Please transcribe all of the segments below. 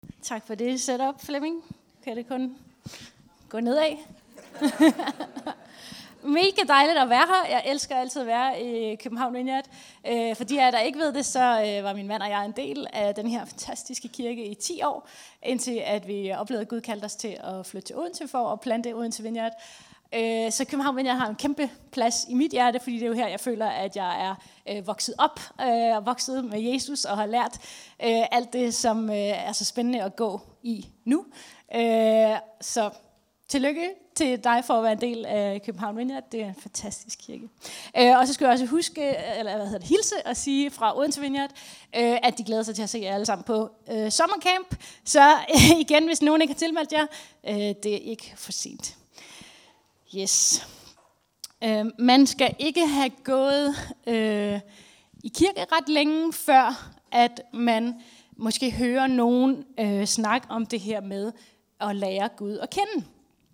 Tak for det setup, Flemming. Kan det kun gå nedad? Mega dejligt at være her. Jeg elsker altid at være i København Vineyard. For de af der ikke ved det, så var min mand og jeg en del af den her fantastiske kirke i 10 år, indtil at vi oplevede, at Gud kaldte os til at flytte til Odense for at plante Odense Vineyard. Så København Vineyard har en kæmpe plads i mit hjerte, fordi det er jo her, jeg føler, at jeg er vokset op og vokset med Jesus og har lært alt det, som er så spændende at gå i nu. Så tillykke til dig for at være en del af København Vineyard. Det er en fantastisk kirke. Og så skal jeg også hilse og sige fra Odense Vineyard, at de glæder sig til at se jer alle sammen på sommercamp. Så igen, hvis nogen ikke har tilmeldt jer, det er ikke for sent. Yes. Man skal ikke have gået i kirke ret længe, før at man måske hører nogen snakke om det her med at lære Gud at kende.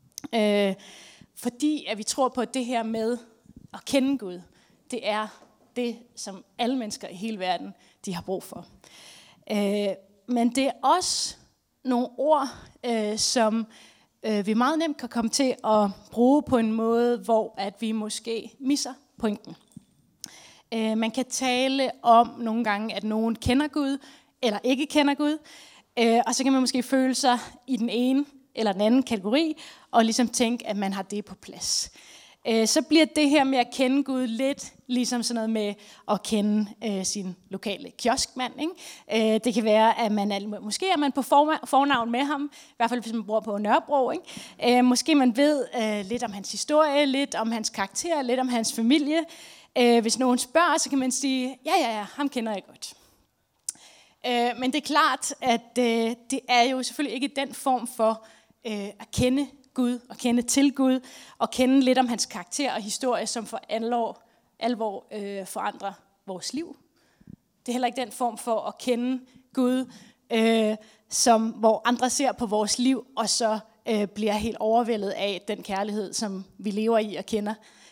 Fordi at vi tror på, at det her med at kende Gud, det er det, som alle mennesker i hele verden, de har brug for. Men det er også nogle ord, som vi meget nemt kan komme til at bruge på en måde, hvor at vi måske misser pointen. Man kan tale om nogle gange, at nogen kender Gud, eller ikke kender Gud, og så kan man måske føle sig i den ene eller den anden kategori, og ligesom tænke, at man har det på plads. Så bliver det her med at kende Gud lidt ligesom sådan noget med at kende sin lokale kioskmand. Ikke? Det kan være, at måske er man på fornavn med ham, i hvert fald hvis man bor på Nørrebro. Ikke? Måske man ved lidt om hans historie, lidt om hans karakter, lidt om hans familie. Hvis nogen spørger, så kan man sige, ja, ham kender jeg godt. Men det er klart, at det er jo selvfølgelig ikke den form for at kende Gud, og kende til Gud, og kende lidt om hans karakter og historie, som for alvor forandrer vores liv. Det er heller ikke den form for at kende Gud, hvor andre ser på vores liv, og så bliver helt overvældet af den kærlighed, som vi lever i og kender,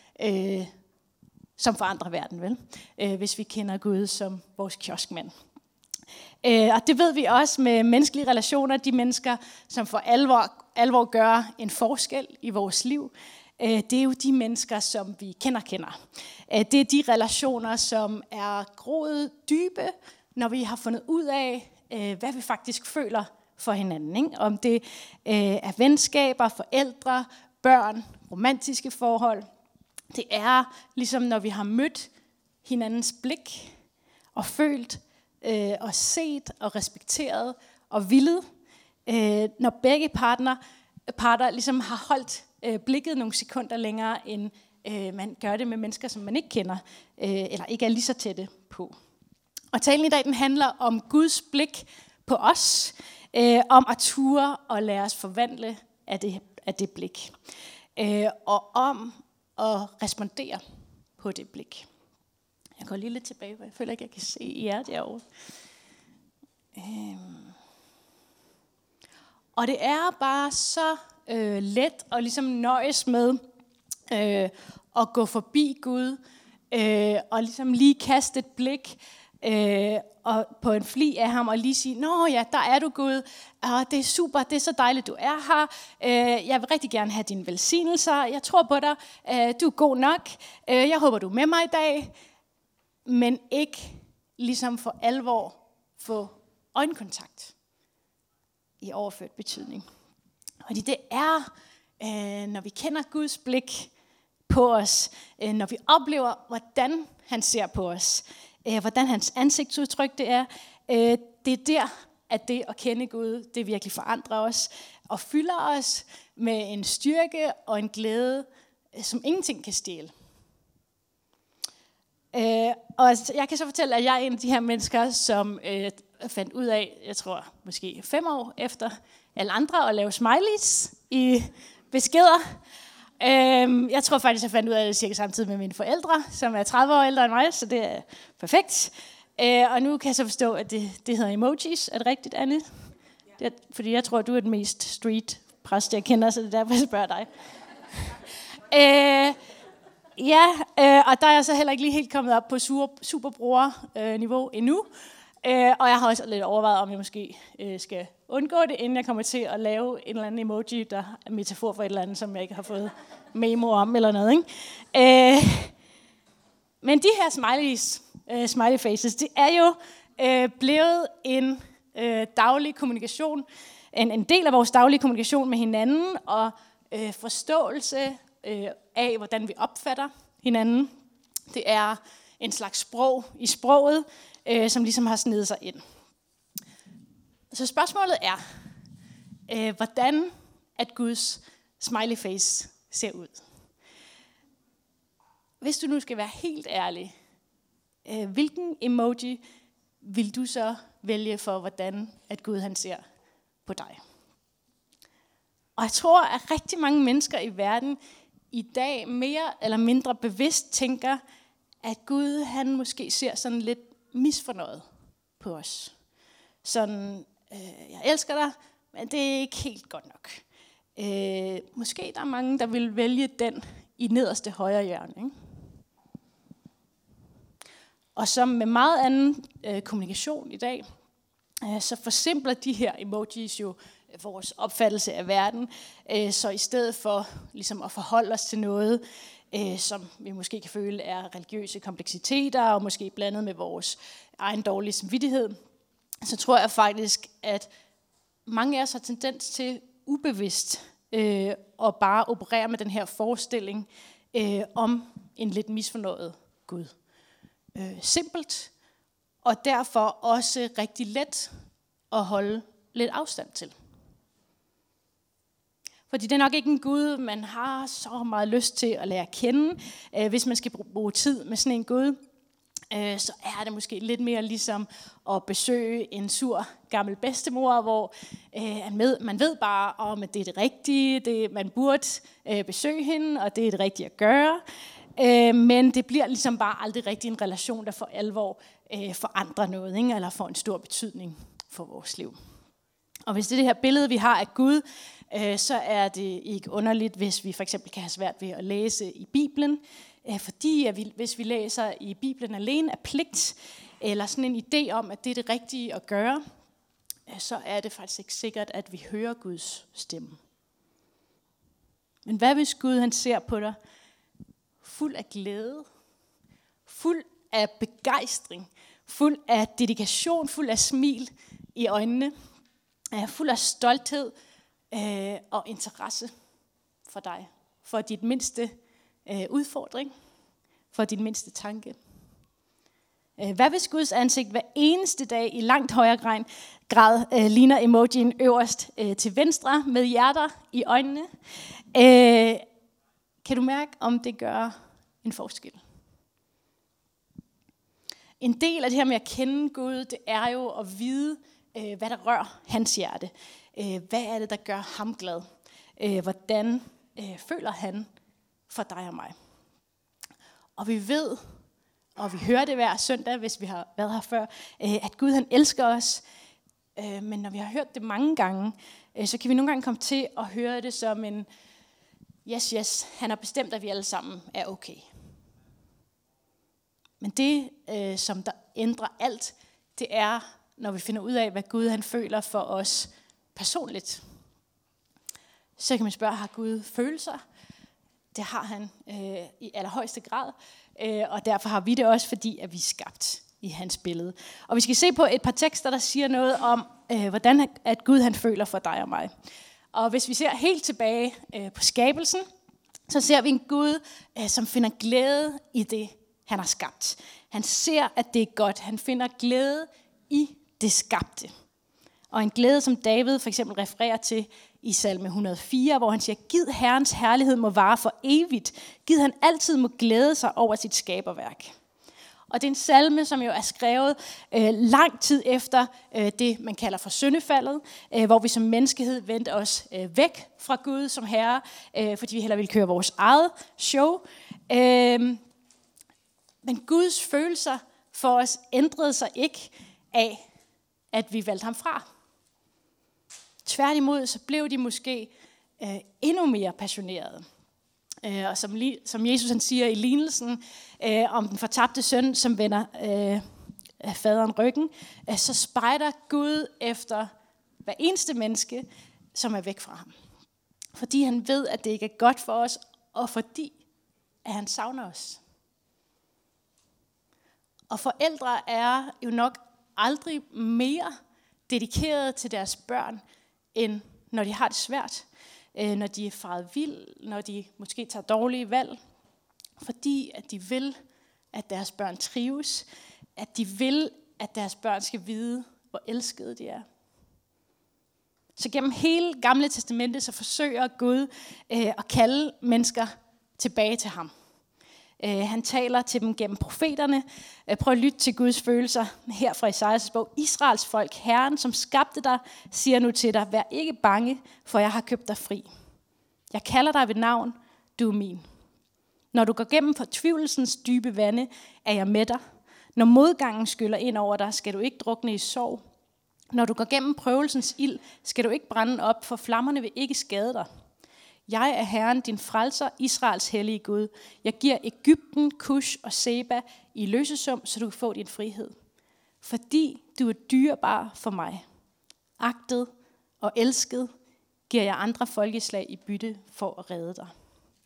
som forandrer verden, vel? Hvis vi kender Gud som vores kioskmand. Og det ved vi også med menneskelige relationer, de mennesker, som for alvor gør en forskel i vores liv. Det er jo de mennesker, som vi kender. Det er de relationer, som er groet dybe, når vi har fundet ud af, hvad vi faktisk føler for hinanden. Ikke? Om det er venskaber, forældre, børn, romantiske forhold. Det er ligesom, når vi har mødt hinandens blik og følt, og set og respekteret og villet, når begge parter ligesom har holdt blikket nogle sekunder længere, end man gør det med mennesker, som man ikke kender, eller ikke er lige så tætte på. Og talen i dag, den handler om Guds blik på os, om at ture og lade os forvandle af det blik, og om at respondere på det blik. Jeg går lige lidt tilbage, for jeg føler ikke, jeg kan se jer derovre. Og det er bare så let at ligesom nøjes med at gå forbi Gud, og ligesom lige kaste et blik og på en fli af ham, og lige sige, nå ja, der er du Gud, det er super, det er så dejligt, du er her, jeg vil rigtig gerne have dine velsignelser, jeg tror på dig, du er god nok, jeg håber, du er med mig i dag, men ikke ligesom for alvor få øjenkontakt i overført betydning. Fordi det er, når vi kender Guds blik på os, når vi oplever, hvordan han ser på os, hvordan hans ansigtsudtryk det er der, at det at kende Gud, det virkelig forandrer os og fylder os med en styrke og en glæde, som ingenting kan stjæle. Og jeg kan så fortælle, at jeg er en af de her mennesker, som fandt ud af, jeg tror måske 5 år efter alle andre, at lave smileys i beskeder. Jeg tror faktisk, jeg fandt ud af det cirka samtidig med mine forældre, som er 30 år ældre end mig, så det er perfekt. Og nu kan jeg så forstå, at det hedder emojis. Er det rigtigt, Anne? Ja. Fordi jeg tror, du er den mest street præst, jeg kender, så det er derfor, jeg spørger dig. Og der er jeg så heller ikke lige helt kommet op på superbruger-niveau endnu. Og jeg har også lidt overvejet, om jeg måske skal undgå det, inden jeg kommer til at lave en eller anden emoji, der er metafor for et eller andet, som jeg ikke har fået memo om eller noget. Ikke? Men de her smiley faces, det er jo blevet en daglig kommunikation, en del af vores daglige kommunikation med hinanden, og forståelse af, hvordan vi opfatter hinanden. Det er en slags sprog i sproget, som ligesom har snedet sig ind. Så spørgsmålet er, hvordan at Guds smiley face ser ud. Hvis du nu skal være helt ærlig, hvilken emoji vil du så vælge for, hvordan at Gud han ser på dig? Og jeg tror, at rigtig mange mennesker i verden i dag mere eller mindre bevidst tænker, at Gud han måske ser sådan lidt misfornøjet på os. Sådan, jeg elsker dig, men det er ikke helt godt nok. Måske der er mange, der vil vælge den i nederste højre hjørne. Ikke? Og som med meget anden kommunikation i dag, så forsimpler de her emojis jo vores opfattelse af verden. Så i stedet for ligesom at forholde os til noget, som vi måske kan føle er religiøse kompleksiteter, og måske blandet med vores egen dårlige samvittighed, så tror jeg faktisk, at mange af os har tendens til ubevidst at bare operere med den her forestilling om en lidt misfornøjet Gud. Simpelt, og derfor også rigtig let at holde lidt afstand til. Fordi det er nok ikke en Gud, man har så meget lyst til at lære at kende. Hvis man skal bruge tid med sådan en Gud, så er det måske lidt mere ligesom at besøge en sur gammel bedstemor, hvor man ved bare om, at det er det rigtige, man burde besøge hende, og det er det rigtige at gøre. Men det bliver ligesom bare aldrig rigtig en relation, der for alvor forandrer noget, ikke? Eller får en stor betydning for vores liv. Og hvis det er det her billede, vi har af Gud, så er det ikke underligt, hvis vi for eksempel kan have svært ved at læse i Bibelen. Fordi hvis vi læser i Bibelen alene af pligt, eller sådan en idé om, at det er det rigtige at gøre, så er det faktisk ikke sikkert, at vi hører Guds stemme. Men hvad hvis Gud han ser på dig fuld af glæde, fuld af begejstring, fuld af dedikation, fuld af smil i øjnene, fuld af stolthed og interesse for dig, for dit mindste udfordring, for dit mindste tanke. Hvad hvis Guds ansigt hver eneste dag i langt højere grad ligner emojien øverst til venstre med hjerter i øjnene? Kan du mærke, om det gør en forskel? En del af det her med at kende Gud, det er jo at vide, hvad der rører hans hjerte. Hvad er det, der gør ham glad? Hvordan føler han for dig og mig? Og vi ved, og vi hører det hver søndag, hvis vi har været her før, at Gud han elsker os. Men når vi har hørt det mange gange, så kan vi nogle gange komme til at høre det som en yes, han har bestemt, at vi alle sammen er okay. Men det, som der ændrer alt, det er, når vi finder ud af, hvad Gud han føler for os personligt. Så kan man spørge, har Gud følelser? Det har han i allerhøjeste grad, og derfor har vi det også, fordi at vi er skabt i hans billede. Og vi skal se på et par tekster, der siger noget om, hvordan at Gud han føler for dig og mig. Og hvis vi ser helt tilbage på skabelsen, så ser vi en Gud, som finder glæde i det, han har skabt. Han ser, at det er godt. Han finder glæde i det skabte. Og en glæde, som David for eksempel refererer til i salme 104, hvor han siger, gid Herrens herlighed må vare for evigt. Gid han altid må glæde sig over sit skaberværk. Og det er en salme, som jo er skrevet lang tid efter det, man kalder for syndefaldet, hvor vi som menneskehed vendte os væk fra Gud som herre, fordi vi hellere ville køre vores eget show. Men Guds følelser for os ændrede sig ikke af, at vi valgte ham fra. Tværtimod så blev de måske endnu mere passionerede. Og som Jesus han siger i lignelsen om den fortabte søn, som vender faderen ryggen, så spejder Gud efter hver eneste menneske, som er væk fra ham. Fordi han ved, at det ikke er godt for os, og fordi at han savner os. Og forældre er jo nok aldrig mere dedikeret til deres børn, end når de har det svært, når de er faret vild, når de måske tager dårlige valg, fordi at de vil, at deres børn trives, at de vil, at deres børn skal vide, hvor elskede de er. Så gennem hele Gamle Testamentet, så forsøger Gud at kalde mennesker tilbage til ham. Han taler til dem gennem profeterne. Prøv at lytte til Guds følelser her fra Esajas bog. Israels folk, Herren, som skabte dig, siger nu til dig, vær ikke bange, for jeg har købt dig fri. Jeg kalder dig ved navn, du er min. Når du går gennem fortvivlelsens dybe vande, er jeg med dig. Når modgangen skyller ind over dig, skal du ikke drukne i sorg. Når du går gennem prøvelsens ild, skal du ikke brænde op, for flammerne vil ikke skade dig. Jeg er Herren, din frelser, Israels hellige Gud. Jeg giver Egypten, Kush og Seba i løsesum, så du kan få din frihed. Fordi du er dyrebar for mig. Agtet og elsket giver jeg andre folkeslag i bytte for at redde dig.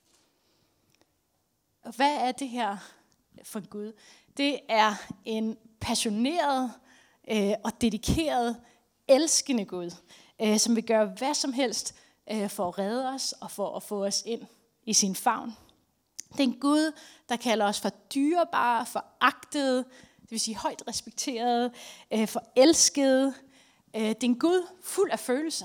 Og hvad er det her for Gud? Det er en passioneret og dedikeret, elskende Gud, som vil gøre hvad som helst for at redde os og for at få os ind i sin favn. Det er en Gud, der kalder os for dyrebare, for agtede, det vil sige højt respekterede, for elskede. Det er en Gud fuld af følelser.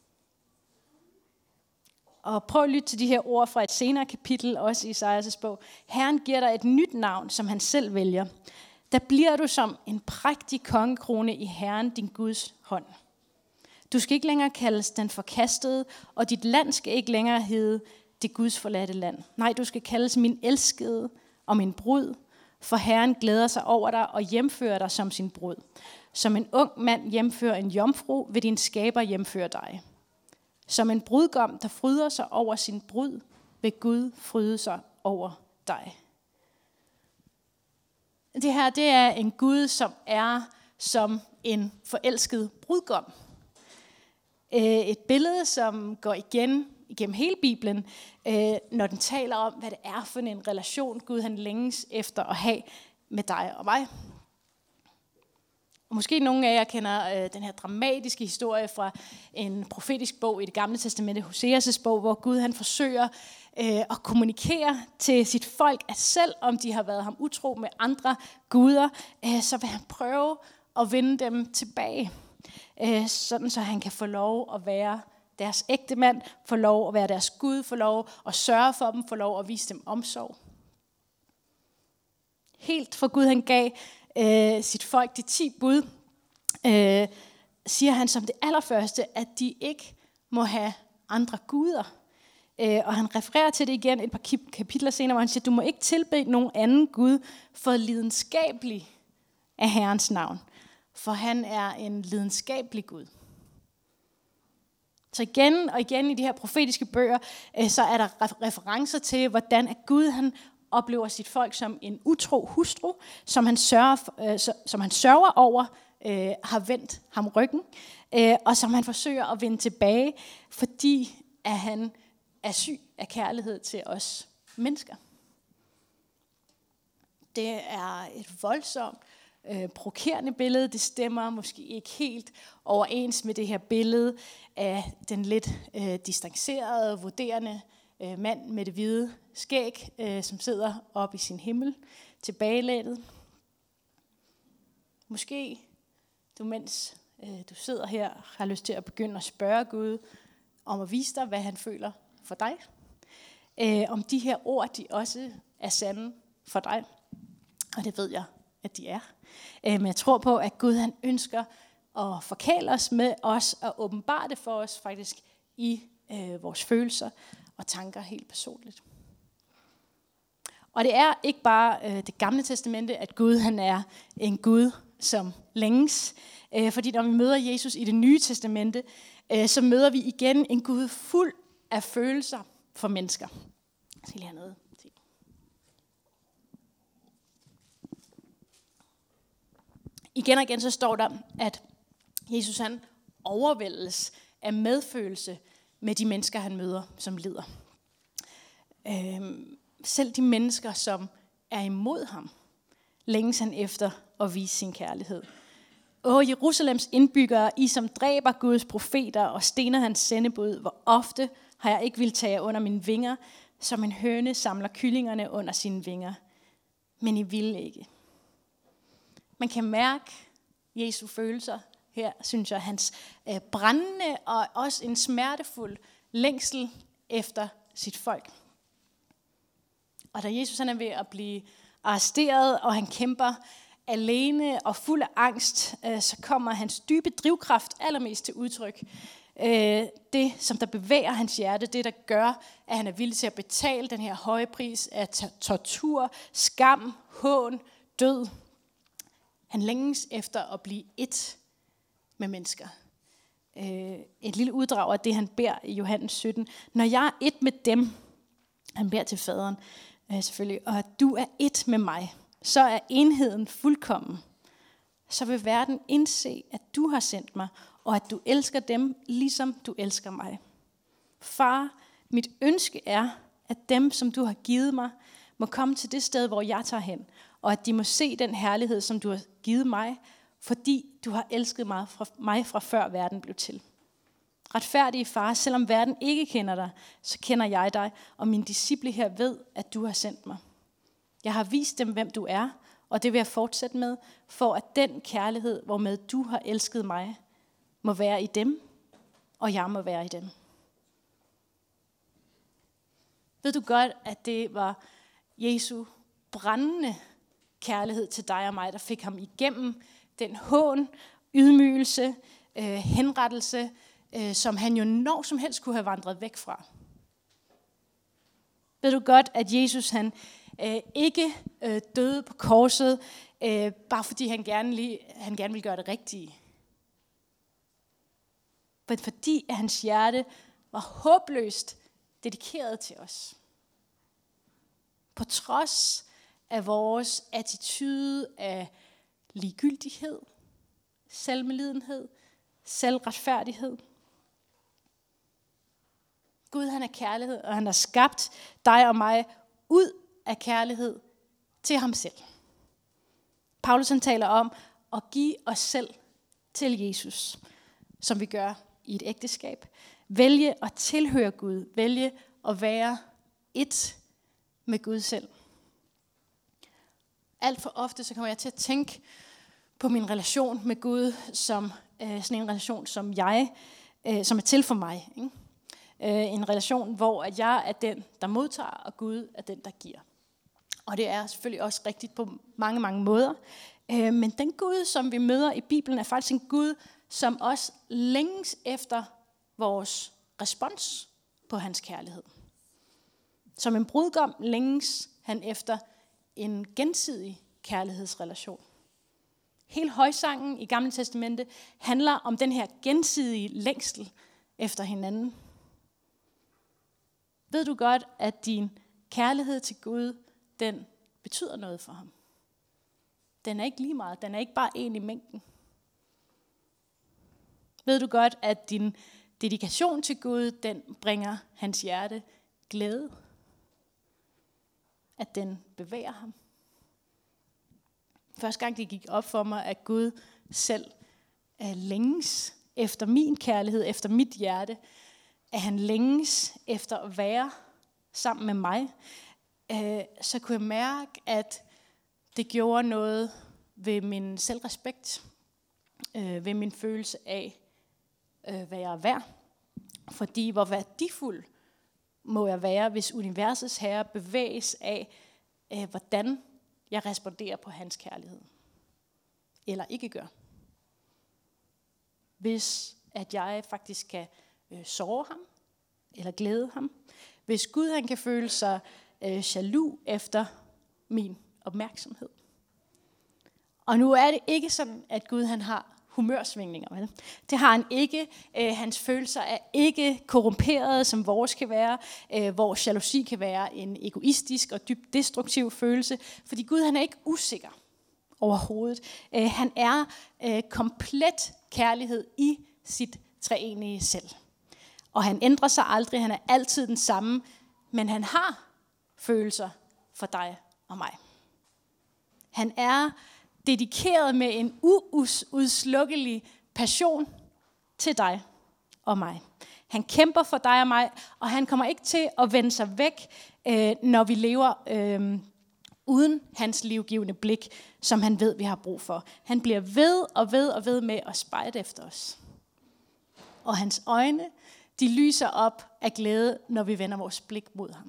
Og prøv at lytte til de her ord fra et senere kapitel, også i Esajas bog. Herren giver dig et nyt navn, som han selv vælger. Der bliver du som en prægtig kongekrone i Herren, din Guds hånd. Du skal ikke længere kaldes den forkastede, og dit land skal ikke længere hedde det Guds forladte land. Nej, du skal kaldes min elskede og min brud, for Herren glæder sig over dig og hjemfører dig som sin brud. Som en ung mand hjemfører en jomfru, vil din skaber hjemføre dig. Som en brudgom, der fryder sig over sin brud, vil Gud fryde sig over dig. Det her, det er en Gud, som er som en forelsket brudgom. Et billede, som går igen igennem hele Bibelen, når den taler om, hvad det er for en relation, Gud han længes efter at have med dig og mig. Og måske nogle af jer kender den her dramatiske historie fra en profetisk bog i det gamle testamente, Hoseas' bog, hvor Gud han forsøger at kommunikere til sit folk, at selv om de har været ham utro med andre guder, så vil han prøve at vinde dem tilbage. Sådan så han kan få lov at være deres ægte mand, få lov at være deres Gud, få lov at sørge for dem, få lov at vise dem omsorg. Helt fra Gud han gav sit folk de 10 bud, siger han som det allerførste, at de ikke må have andre guder. Og han refererer til det igen et par kapitler senere, hvor han siger, du må ikke tilbede nogen anden Gud for lidenskabelig af Herrens navn. For han er en lidenskabelig Gud. Så igen og igen i de her profetiske bøger, så er der referencer til, hvordan at Gud han oplever sit folk som en utro hustru, som han sørger over, har vendt ham ryggen, og som han forsøger at vende tilbage, fordi at han er syg af kærlighed til os mennesker. Det er et voldsomt, provokerende billede. Det stemmer måske ikke helt overens med det her billede af den lidt distancerede, vurderende mand med det hvide skæg, som sidder oppe i sin himmel, tilbagelænet. Måske du, mens du sidder her, har lyst til at begynde at spørge Gud om at vise dig, hvad han føler for dig. Om de her ord, de også er sande for dig. Og det ved jeg, at de er. Men jeg tror på, at Gud han ønsker at forkæle os med os og åbenbare det for os faktisk i vores følelser og tanker helt personligt. Og det er ikke bare det gamle testamente, at Gud han er en Gud, som længes. Fordi når vi møder Jesus i det nye testamente, så møder vi igen en Gud fuld af følelser for mennesker. Jeg skal lige have noget. igen og igen så står der, at Jesus han overvældes af medfølelse med de mennesker, han møder, som lider. Selv de mennesker, som er imod ham, længes han efter at vise sin kærlighed. Jerusalems indbyggere, I som dræber Guds profeter og stener hans sendebud, hvor ofte har jeg ikke ville tage under mine vinger, som en høne samler kyllingerne under sine vinger. Men I ville ikke. Man kan mærke Jesu følelser her, synes jeg, hans brændende og også en smertefuld længsel efter sit folk. Og da Jesus han er ved at blive arresteret, og han kæmper alene og fuld af angst, så kommer hans dybe drivkraft allermest til udtryk. Det, som der bevæger hans hjerte, det der gør, at han er villig til at betale den her høje pris af tortur, skam, hån, død. Han længes efter at blive ét med mennesker. Et lille uddrag af det, han beder i Johannes 17. Når jeg er ét med dem, han beder til faderen selvfølgelig, og du er ét med mig, så er enheden fuldkommen. Så vil verden indse, at du har sendt mig, og at du elsker dem, ligesom du elsker mig. Far, mit ønske er, at dem, som du har givet mig, må komme til det sted, hvor jeg tager hen, og at de må se den herlighed, som du har givet mig, fordi du har elsket mig fra før verden blev til. Retfærdige far, selvom verden ikke kender dig, så kender jeg dig, og mine disciple her ved, at du har sendt mig. Jeg har vist dem, hvem du er, og det vil jeg fortsætte med, for at den kærlighed, hvormed du har elsket mig, må være i dem, og jeg må være i dem. Ved du godt, at det var Jesu brændende kærlighed til dig og mig, der fik ham igennem den hån, ydmygelse, henrettelse, som han jo når som helst kunne have vandret væk fra. Ved du godt, at Jesus han ikke døde på korset, bare fordi han gerne ville gøre det rigtige. Men fordi at hans hjerte var håbløst dedikeret til os. På trods af vores attitude af ligegyldighed, selvmedlidenhed, selvretfærdighed. Gud han er kærlighed, og han har skabt dig og mig ud af kærlighed til ham selv. Paulus han taler om at give os selv til Jesus, som vi gør i et ægteskab. Vælge at tilhøre Gud, vælge at være ét med Gud selv. Alt for ofte så kommer jeg til at tænke på min relation med Gud som sådan en relation, som er til for mig. Ikke? En relation, hvor at jeg er den, der modtager, og Gud er den, der giver. Og det er selvfølgelig også rigtigt på mange, mange måder. Men den Gud, som vi møder i Bibelen, er faktisk en Gud, som også længes efter vores respons på hans kærlighed. Som en brudgom længes han efter en gensidig kærlighedsrelation. Hele højsangen i Gamle Testamente handler om den her gensidige længsel efter hinanden. Ved du godt, at din kærlighed til Gud, den betyder noget for ham? Den er ikke lige meget, den er ikke bare en i mængden. Ved du godt, at din dedikation til Gud, den bringer hans hjerte glæde? At den bevæger ham? Første gang det gik op for mig, at Gud selv længes efter min kærlighed, efter mit hjerte, at han længes efter at være sammen med mig, så kunne jeg mærke, at det gjorde noget ved min selvrespekt, ved min følelse af, hvad jeg er værd. Fordi hvor værdifuld må jeg være, hvis universets herre bevæges af, hvordan jeg responderer på hans kærlighed. Eller ikke gør. Hvis at jeg faktisk kan såre ham, eller glæde ham. Hvis Gud han kan føle sig jaloux efter min opmærksomhed. Og nu er det ikke sådan, at Gud han har humørsvingninger. Vel? Det har han ikke. Hans følelser er ikke korrumperede, som vores kan være. Hvor jalousi kan være en egoistisk og dybt destruktiv følelse. Fordi Gud han er ikke usikker overhovedet. Han er komplet kærlighed i sit treenige selv. Og han ændrer sig aldrig, han er altid den samme, men han har følelser for dig og mig. Han er dedikeret med en uudslukkelig passion til dig og mig. Han kæmper for dig og mig, og han kommer ikke til at vende sig væk, når vi lever uden hans livgivende blik, som han ved, vi har brug for. Han bliver ved med at spejde efter os. Og hans øjne, de lyser op af glæde, når vi vender vores blik mod ham.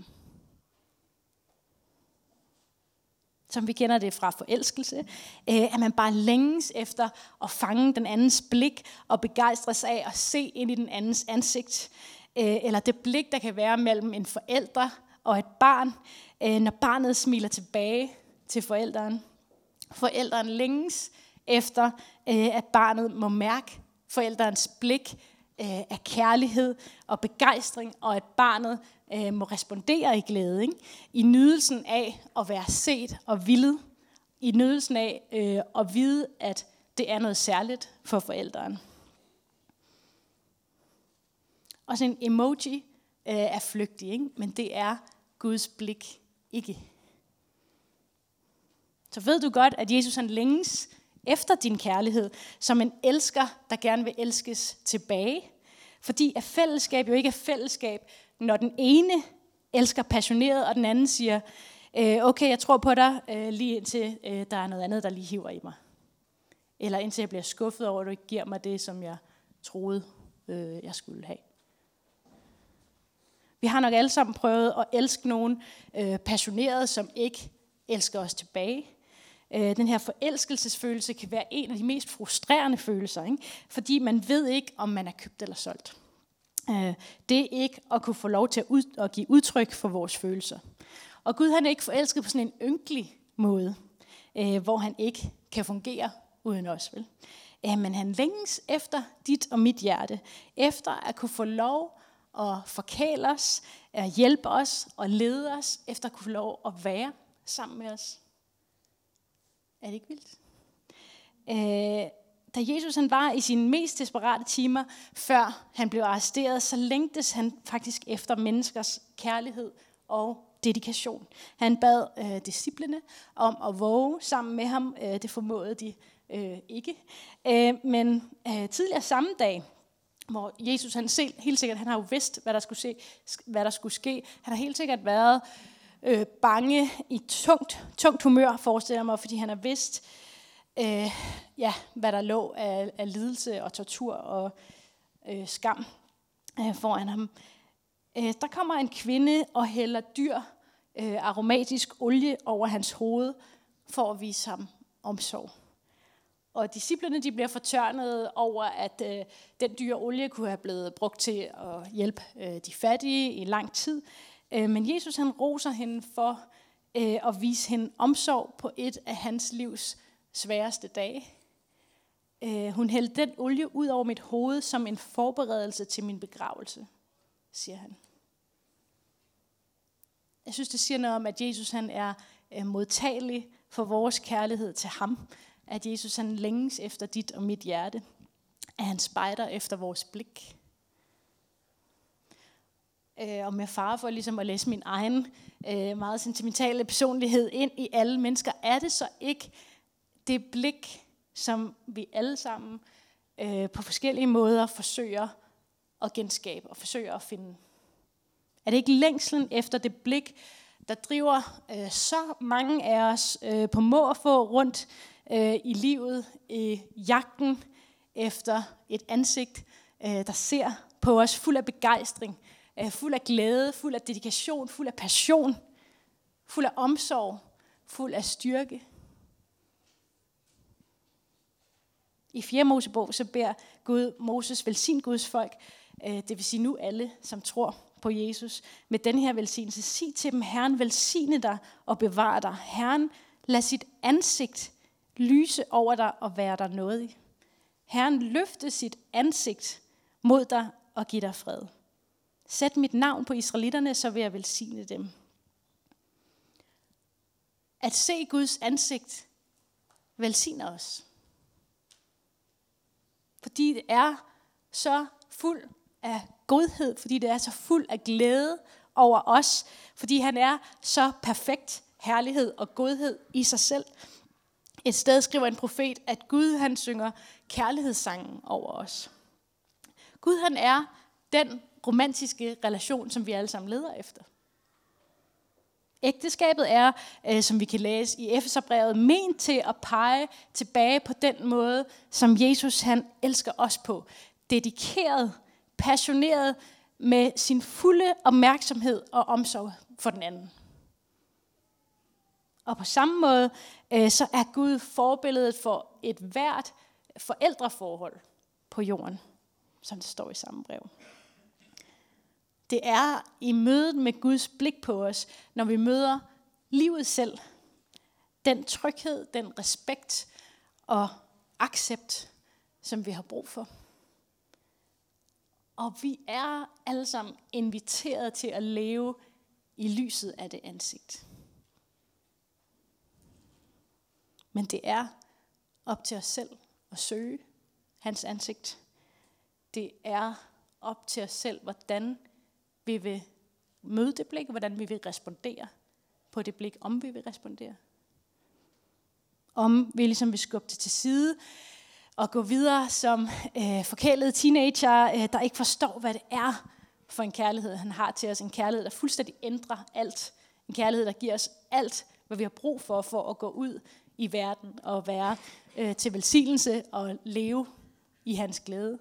Som vi kender det fra forelskelse, at man bare længes efter at fange den andens blik og begejstres af at se ind i den andens ansigt. Eller det blik, der kan være mellem en forælder og et barn, når barnet smiler tilbage til forældren. Forældren længes efter, at barnet må mærke forældrens blik af kærlighed og begejstring, og at barnet må respondere i glæde, ikke? I nydelsen af at være set og villet, i nydelsen af at vide, at det er noget særligt for forældren. Og så en emoji er flygtig, ikke? Men det er Guds blik ikke. Så ved du godt, at Jesus han længes efter din kærlighed, som en elsker, der gerne vil elskes tilbage. Fordi at fællesskab jo ikke er fællesskab, når den ene elsker passioneret, og den anden siger, okay, jeg tror på dig, lige indtil der er noget andet, der lige hiver i mig. Eller indtil jeg bliver skuffet over, at du ikke giver mig det, som jeg troede, jeg skulle have. Vi har nok alle sammen prøvet at elske nogen passioneret, som ikke elsker os tilbage. Den her forelskelsesfølelse kan være en af de mest frustrerende følelser, ikke? Fordi man ved ikke, om man er købt eller solgt. Det er ikke at kunne få lov til at give udtryk for vores følelser. Og Gud han er ikke forelsket på sådan en ynkelig måde, hvor han ikke kan fungere uden os. Vel? Men han længes efter dit og mit hjerte, efter at kunne få lov at forkæle os, at hjælpe os og lede os, efter at kunne få lov at være sammen med os. Er det ikke vildt? Da Jesus han var i sine mest desperate timer, før han blev arresteret, så længtes han faktisk efter menneskers kærlighed og dedikation. Han bad disciplene om at våge sammen med ham. Det formåede de ikke. Men tidligere samme dag, hvor Jesus han helt sikkert, han har jo vidst, hvad der skulle ske. Han har helt sikkert været bange i tungt humør, forestiller mig, fordi han har vidst, hvad der lå af lidelse og tortur og skam foran ham. Der kommer en kvinde og hælder dyr aromatisk olie over hans hoved for at vise ham omsorg. Og disciplene de bliver fortørnet over, at den dyre olie kunne have blevet brugt til at hjælpe de fattige i lang tid. Men Jesus han roser hende for at vise hende omsorg på et af hans livs sværeste dage. Hun hældte den olie ud over mit hoved som en forberedelse til min begravelse, siger han. Jeg synes, det siger noget om, at Jesus han er modtagelig for vores kærlighed til ham. At Jesus han længes efter dit og mit hjerte. At han spejder efter vores blik. Og med fare for ligesom at læse min egen meget sentimentale personlighed ind i alle mennesker, er det så ikke det blik, som vi alle sammen på forskellige måder forsøger at genskabe og forsøger at finde? Er det ikke længslen efter det blik, der driver så mange af os på må og få rundt i livet, i jagten efter et ansigt, der ser på os fuld af begejstring, fuld af glæde, fuld af dedikation, fuld af passion, fuld af omsorg, fuld af styrke? I 4. Mosebog så beder Gud Moses velsign Guds folk, det vil sige nu alle, som tror på Jesus, med den her velsignelse. Sig til dem, Herren velsigne dig og bevare dig. Herren lad sit ansigt lyse over dig og være dig nådig. Herren løfte sit ansigt mod dig og give dig fred. Sæt mit navn på israelitterne, så vil jeg velsigne dem. At se Guds ansigt velsigner os. Fordi det er så fuld af godhed, fordi det er så fuld af glæde over os, fordi han er så perfekt herlighed og godhed i sig selv. Et sted skriver en profet, at Gud han synger kærlighedssangen over os. Gud han er den romantiske relation, som vi alle sammen leder efter. Ægteskabet er, som vi kan læse i Efeserbrevet, ment til at pege tilbage på den måde, som Jesus han elsker os på. Dedikeret, passioneret med sin fulde opmærksomhed og omsorg for den anden. Og på samme måde, så er Gud forbilledet for et hvert forældreforhold på jorden, som det står i samme brev. Det er i mødet med Guds blik på os, når vi møder livet selv, den tryghed, den respekt og accept, som vi har brug for. Og vi er alle sammen inviteret til at leve i lyset af det ansigt. Men det er op til os selv at søge hans ansigt. Det er op til os selv, hvordan vi vil møde det blik, og hvordan vi vil respondere på det blik, om vi vil respondere. Om vi ligesom vil skubbe det til side og gå videre som forkælede teenager, der ikke forstår, hvad det er for en kærlighed, han har til os. En kærlighed, der fuldstændig ændrer alt. En kærlighed, der giver os alt, hvad vi har brug for at gå ud i verden og være til velsignelse og leve i hans glæde.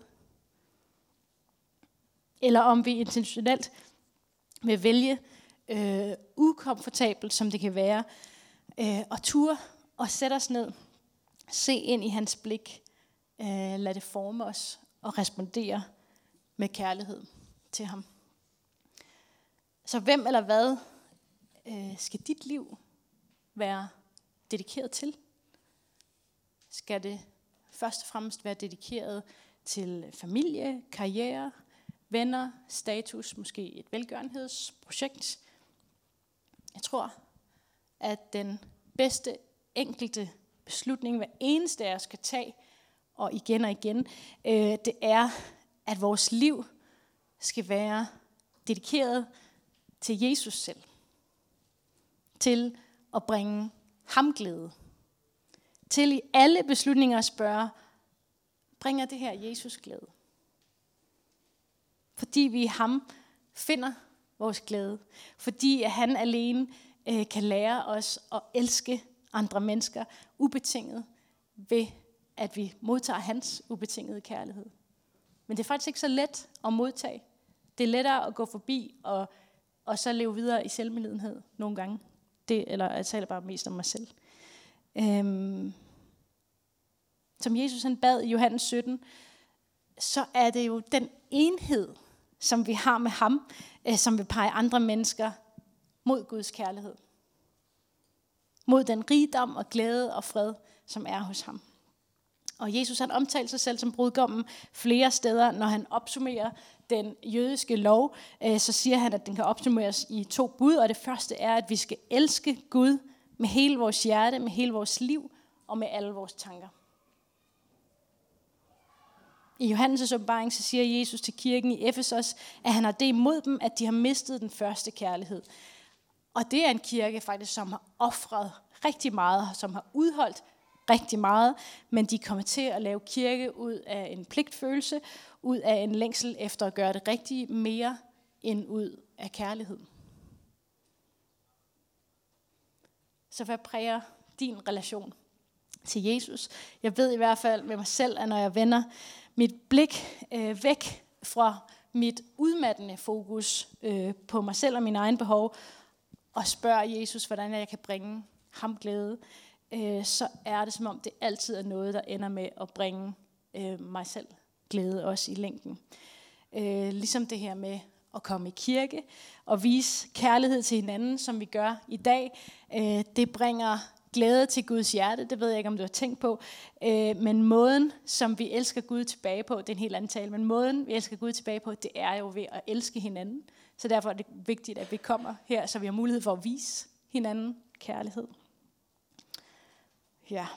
Eller om vi intentionelt vil vælge ukomfortabelt, som det kan være, og ture og sætte os ned, se ind i hans blik, lad det forme os og respondere med kærlighed til ham. Så hvem eller hvad skal dit liv være dedikeret til? Skal det først og fremmest være dedikeret til familie, karriere, venner, status, måske et velgørenhedsprojekt? Jeg tror, at den bedste enkelte beslutning, hver eneste af os skal tage, og igen, det er, at vores liv skal være dedikeret til Jesus selv. Til at bringe ham glæde. Til i alle beslutninger at spørge, bringer det her Jesus glæde? Fordi vi i ham finder vores glæde. Fordi at han alene kan lære os at elske andre mennesker ubetinget ved, at vi modtager hans ubetingede kærlighed. Men det er faktisk ikke så let at modtage. Det er lettere at gå forbi og så leve videre i selvmedlidenhed nogle gange. Eller jeg taler bare mest om mig selv. Som Jesus han bad i Johannes 17, så er det jo den enhed, som vi har med ham, som vil pege andre mennesker mod Guds kærlighed. Mod den rigdom og glæde og fred, som er hos ham. Og Jesus han omtaler sig selv som brudgommen flere steder, når han opsummerer den jødiske lov, så siger han, at den kan opsummeres i 2 bud, og det første er, at vi skal elske Gud med hele vores hjerte, med hele vores liv og med alle vores tanker. I Johannes' åbenbaring så siger Jesus til kirken i Efesos, at han har det imod dem, at de har mistet den første kærlighed. Og det er en kirke faktisk, som har ofret rigtig meget, som har udholdt rigtig meget, men de kommer til at lave kirke ud af en pligtfølelse, ud af en længsel efter at gøre det rigtige mere end ud af kærlighed. Så hvad præger din relation til Jesus? Jeg ved i hvert fald med mig selv, at når jeg vender mit blik væk fra mit udmattende fokus på mig selv og mine egne behov, og spørger Jesus, hvordan jeg kan bringe ham glæde, så er det som om det altid er noget, der ender med at bringe mig selv glæde også i længden. Ligesom det her med at komme i kirke og vise kærlighed til hinanden, som vi gør i dag, det bringer glæde til Guds hjerte. Det ved jeg ikke, om du har tænkt på. Men måden, som vi elsker Gud tilbage på, det er en helt anden tale, men måden, vi elsker Gud tilbage på, det er jo ved at elske hinanden. Så derfor er det vigtigt, at vi kommer her, så vi har mulighed for at vise hinanden kærlighed. Ja,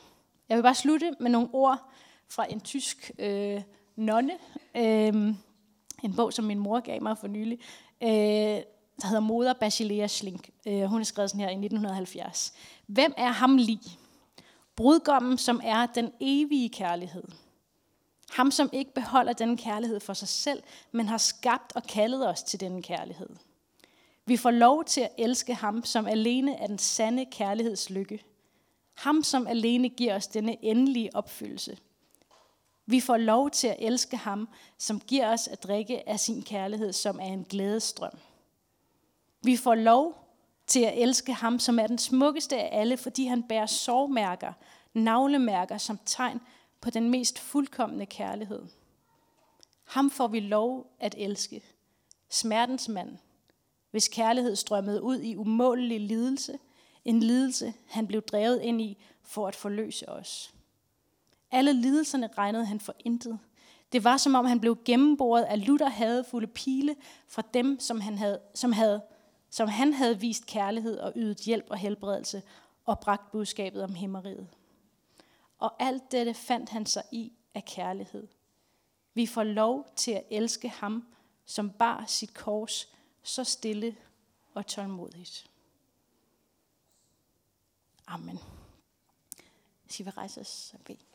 Jeg vil bare slutte med nogle ord fra en tysk nonne. En bog, som min mor gav mig for nylig. Der hedder Moder Basilea Schlink. Hun har skrevet sådan her i 1970. Hvem er ham lig? Brudgommen, som er den evige kærlighed. Ham, som ikke beholder denne kærlighed for sig selv, men har skabt og kaldet os til denne kærlighed. Vi får lov til at elske ham, som alene er den sande kærlighedslykke. Ham, som alene giver os denne endelige opfyldelse. Vi får lov til at elske ham, som giver os at drikke af sin kærlighed, som er en glædestrøm. Vi får lov til at elske ham, som er den smukkeste af alle, fordi han bærer sårmærker, navlemærker som tegn på den mest fuldkomne kærlighed. Ham får vi lov at elske, smertens mand, hvis kærlighed strømmede ud i umålelig lidelse, en lidelse, han blev drevet ind i for at forløse os. Alle lidelserne regnede han for intet. Det var som om han blev gennemboret af lutter hadefulde pile fra dem, som han havde vist kærlighed og ydet hjælp og helbredelse og bragt budskabet om himmeriget. Og alt dette fandt han sig i af kærlighed. Vi får lov til at elske ham, som bar sit kors så stille og tålmodigt. Amen. Så vi rejser os og beder.